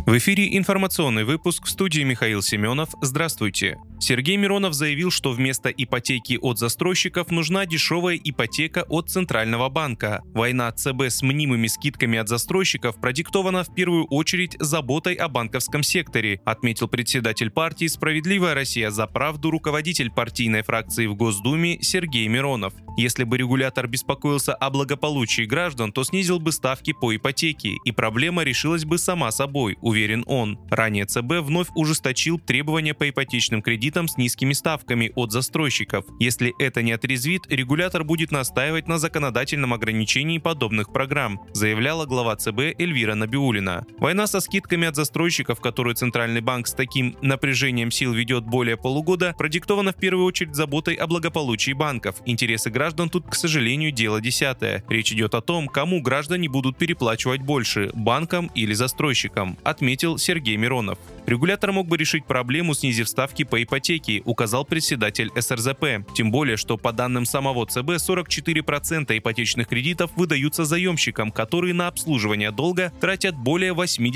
В эфире информационный выпуск, в студии Михаил Семенов. Здравствуйте. Сергей Миронов заявил, что вместо ипотеки от застройщиков нужна дешевая ипотека от Центрального банка. Война ЦБ с мнимыми скидками от застройщиков продиктована в первую очередь заботой о банковском секторе, отметил председатель партии «Справедливая Россия за правду», руководитель партийной фракции в Госдуме Сергей Миронов. Если бы регулятор беспокоился о благополучии граждан, то снизил бы ставки по ипотеке, и проблема решилась бы сама собой, уверен он. Ранее ЦБ вновь ужесточил требования по ипотечным кредитам с низкими ставками от застройщиков. Если это не отрезвит, регулятор будет настаивать на законодательном ограничении подобных программ, заявляла глава ЦБ Эльвира Набиуллина. Война со скидками от застройщиков, которую Центральный банк с таким напряжением сил ведет более полугода, продиктована в первую очередь заботой о благополучии банков. Интересы граждан тут, к сожалению, дело десятое. Речь идет о том, кому граждане будут переплачивать больше – банкам или застройщикам, отметил Сергей Миронов. Регулятор мог бы решить проблему, снизив ставки по ипотеке, указал председатель СРЗП. Тем более, что по данным самого ЦБ 44% ипотечных кредитов выдаются заемщикам, которые на обслуживание долга тратят более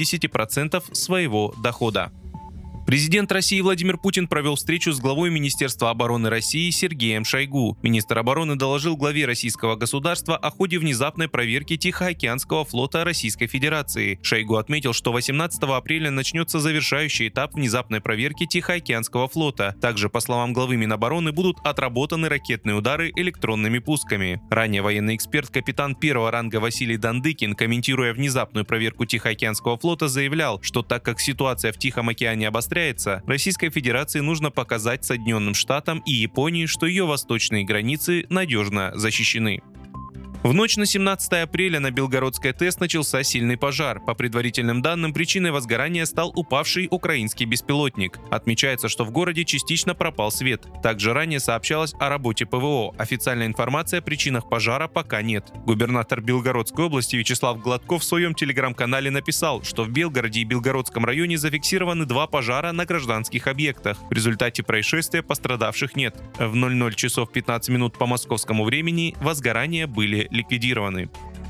80% своего дохода. Президент России Владимир Путин провел встречу с главой Министерства обороны России Сергеем Шойгу. Министр обороны доложил главе российского государства о ходе внезапной проверки Тихоокеанского флота Российской Федерации. Шойгу отметил, что 18 апреля начнется завершающий этап внезапной проверки Тихоокеанского флота. Также, по словам главы Минобороны, будут отработаны ракетные удары электронными пусками. Ранее военный эксперт, капитан первого ранга Василий Дандыкин, комментируя внезапную проверку Тихоокеанского флота, заявлял, что так как ситуация в Тихом океане обостряется, Российской Федерации нужно показать Соединенным Штатам и Японии, что ее восточные границы надежно защищены. В ночь на 17 апреля на Белгородской ТЭС начался сильный пожар. По предварительным данным, причиной возгорания стал упавший украинский беспилотник. Отмечается, что в городе частично пропал свет. Также ранее сообщалось о работе ПВО. Официальной информации о причинах пожара пока нет. Губернатор Белгородской области Вячеслав Гладков в своем телеграм-канале написал, что в Белгороде и Белгородском районе зафиксированы 2 пожара на гражданских объектах. В результате происшествия пострадавших нет. В 00 часов 15 минут по московскому времени возгорания были ликвидированы.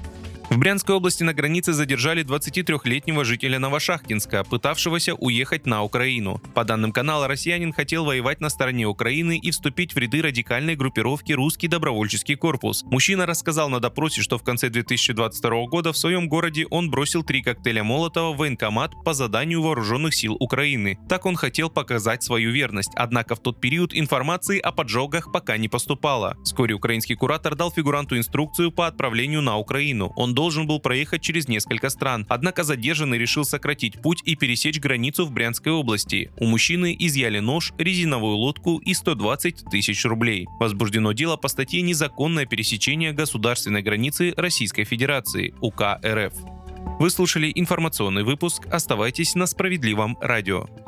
В Брянской области на границе задержали 23-летнего жителя Новошахтинска, пытавшегося уехать на Украину. По данным канала, россиянин хотел воевать на стороне Украины и вступить в ряды радикальной группировки «Русский добровольческий корпус». Мужчина рассказал на допросе, что в конце 2022 года в своем городе он бросил 3 коктейля Молотова в военкомат по заданию вооруженных сил Украины. Так он хотел показать свою верность, однако в тот период информации о поджогах пока не поступало. Вскоре украинский куратор дал фигуранту инструкцию по отправлению на Украину. Он должен был проехать через несколько стран, однако задержанный решил сократить путь и пересечь границу в Брянской области. У мужчины изъяли нож, резиновую лодку и 120 тысяч рублей. Возбуждено дело по статье «Незаконное пересечение государственной границы Российской Федерации» УК РФ. Вы слушали информационный выпуск. Оставайтесь на Справедливом радио.